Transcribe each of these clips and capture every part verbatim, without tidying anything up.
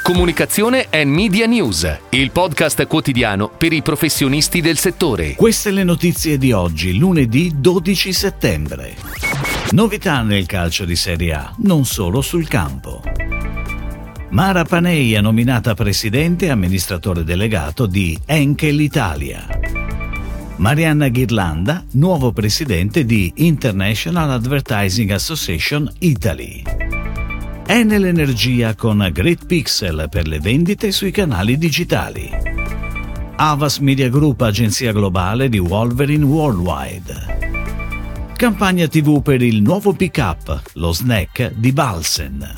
Comunicazione and Media News, il podcast quotidiano per i professionisti del settore. Queste le notizie di oggi, lunedì dodici settembre. Novità nel calcio di Serie A, non solo sul campo. Mara Paneia nominata presidente e amministratore delegato di Henkel Italia. Marianna Ghirlanda, nuovo presidente di International Advertising Association Italy. Enel Energia con Great Pixel per le vendite sui canali digitali. Havas Media Group, agenzia globale di Wolverine Worldwide. Campagna tivù per il nuovo pick-up, lo snack di Balsen.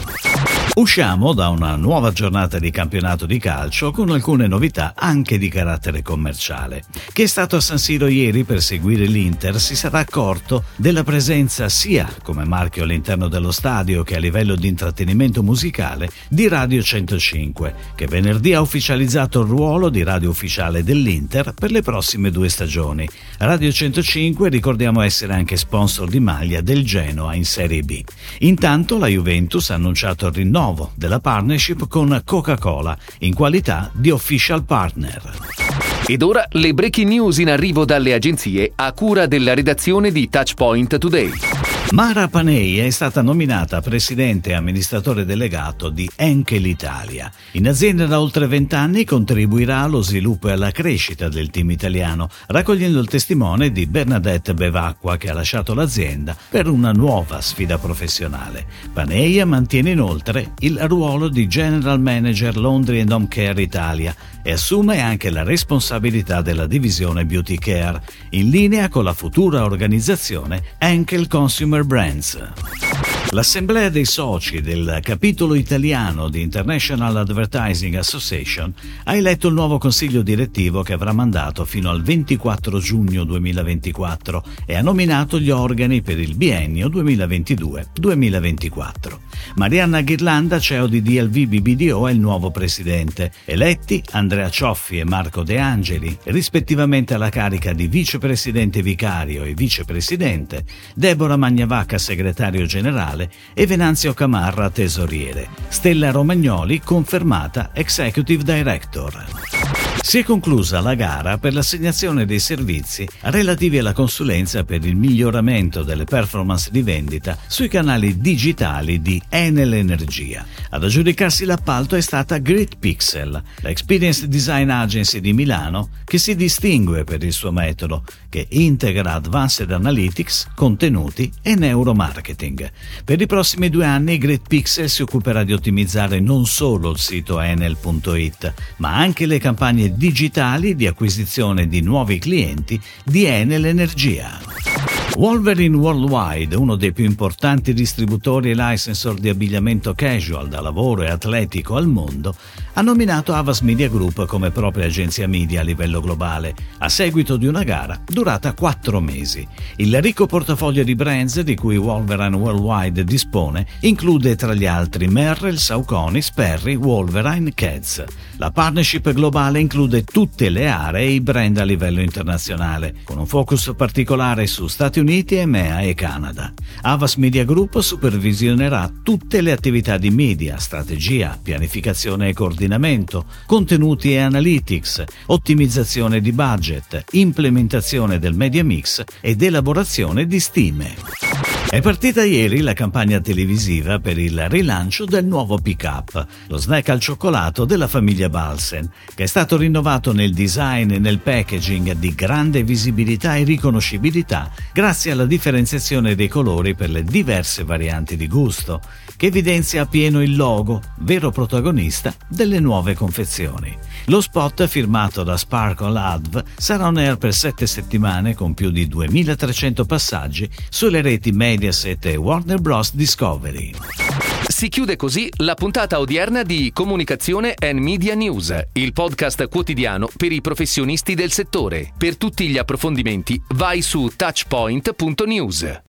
Usciamo da una nuova giornata di campionato di calcio con alcune novità anche di carattere commerciale. Chi è stato a San Siro ieri per seguire l'Inter si sarà accorto della presenza sia come marchio all'interno dello stadio che a livello di intrattenimento musicale di Radio centocinque, che venerdì ha ufficializzato il ruolo di radio ufficiale dell'Inter per le prossime due stagioni. Radio centocinque, ricordiamo essere anche sponsor di maglia del Genoa in Serie B. Intanto la Juventus ha annunciato il rinnovo della partnership con Coca-Cola in qualità di official partner. Ed ora le breaking news in arrivo dalle agenzie a cura della redazione di Touchpoint Today. Mara Paneia è stata nominata presidente e amministratore delegato di Henkel Italia. In azienda da oltre vent'anni contribuirà allo sviluppo e alla crescita del team italiano, raccogliendo il testimone di Bernadette Bevacqua, che ha lasciato l'azienda per una nuova sfida professionale. Paneia mantiene inoltre il ruolo di General Manager Laundry and Home Care Italia e assume anche la responsabilità della divisione Beauty Care, in linea con la futura organizzazione Henkel Consumer Brands. L'assemblea dei soci del capitolo italiano di International Advertising Association ha eletto il nuovo consiglio direttivo che avrà mandato fino al ventiquattro giugno duemilaventiquattro e ha nominato gli organi per il biennio duemilaventidue duemilaventiquattro. Marianna Ghirlanda, C E O di D L V B B D O, è il nuovo presidente. Eletti Andrea Cioffi e Marco De Angeli, rispettivamente alla carica di vicepresidente vicario e vicepresidente, Deborah Magnavacca, segretario generale, e Venanzio Camarra, tesoriere. Stella Romagnoli, confermata Executive Director. Si è conclusa la gara per l'assegnazione dei servizi relativi alla consulenza per il miglioramento delle performance di vendita sui canali digitali di Enel Energia. Ad aggiudicarsi l'appalto è stata Great Pixel, la Experience Design Agency di Milano, che si distingue per il suo metodo, che integra Advanced Analytics, contenuti e neuromarketing. Per i prossimi due anni Great Pixel si occuperà di ottimizzare non solo il sito enel punto it, ma anche le campagne digitali di acquisizione di nuovi clienti di Enel Energia. Wolverine Worldwide, uno dei più importanti distributori e licensor di abbigliamento casual da lavoro e atletico al mondo, ha nominato Havas Media Group come propria agenzia media a livello globale, a seguito di una gara durata quattro mesi. Il ricco portafoglio di brands di cui Wolverine Worldwide dispone include tra gli altri Merrell, Saucony, Sperry, Wolverine, Keds. La partnership globale include tutte le aree e i brand a livello internazionale, con un focus particolare su Stati Uniti, E M E A e Canada. Havas Media Group supervisionerà tutte le attività di media, strategia, pianificazione e coordinamento, contenuti e analytics, ottimizzazione di budget, implementazione del media mix ed elaborazione di stime. È partita ieri la campagna televisiva per il rilancio del nuovo pick-up, lo snack al cioccolato della famiglia Balsen, che è stato rinnovato nel design e nel packaging di grande visibilità e riconoscibilità grazie alla differenziazione dei colori per le diverse varianti di gusto, che evidenzia appieno il logo, vero protagonista delle nuove confezioni. Lo spot, firmato da Sparkle Adv, sarà on air per sette settimane con più di duemilatrecento passaggi sulle reti Mediaset e Warner Bros. Discovery. Si chiude così la puntata odierna di Comunicazione and Media News, il podcast quotidiano per i professionisti del settore. Per tutti gli approfondimenti vai su touchpoint punto news.